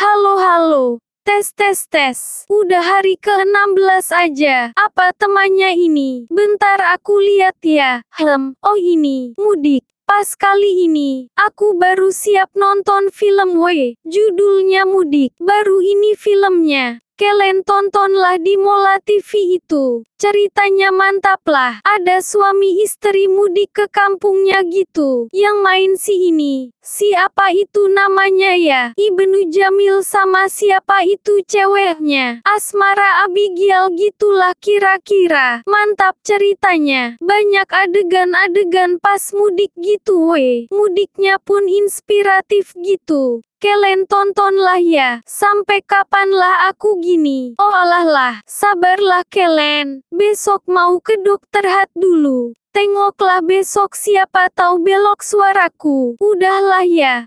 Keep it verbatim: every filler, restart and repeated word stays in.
Halo halo. Tes tes tes. Udah hari ke enam belas aja. Apa temannya ini? Bentar aku lihat ya. Hem, oh ini, Mudik. Pas kali ini, aku baru siap nonton film we. Judulnya Mudik. Baru ini filmnya. Kalian tontonlah di Mola T V itu. Ceritanya mantap lah. Ada suami istri mudik ke kampungnya gitu. Yang main si ini. Siapa itu namanya ya? Ibnu Jamil sama siapa itu ceweknya? Asmara Abigail gitulah kira-kira. Mantap ceritanya. Banyak adegan-adegan pas mudik gitu we. Mudiknya pun inspiratif gitu. Kalian tontonlah ya. Sampai kapanlah aku gini? Oh alah lah. Sabarlah kalian. Besok mau ke dokter hat dulu. Tengoklah besok siapa tahu belok suaraku. Udahlah ya.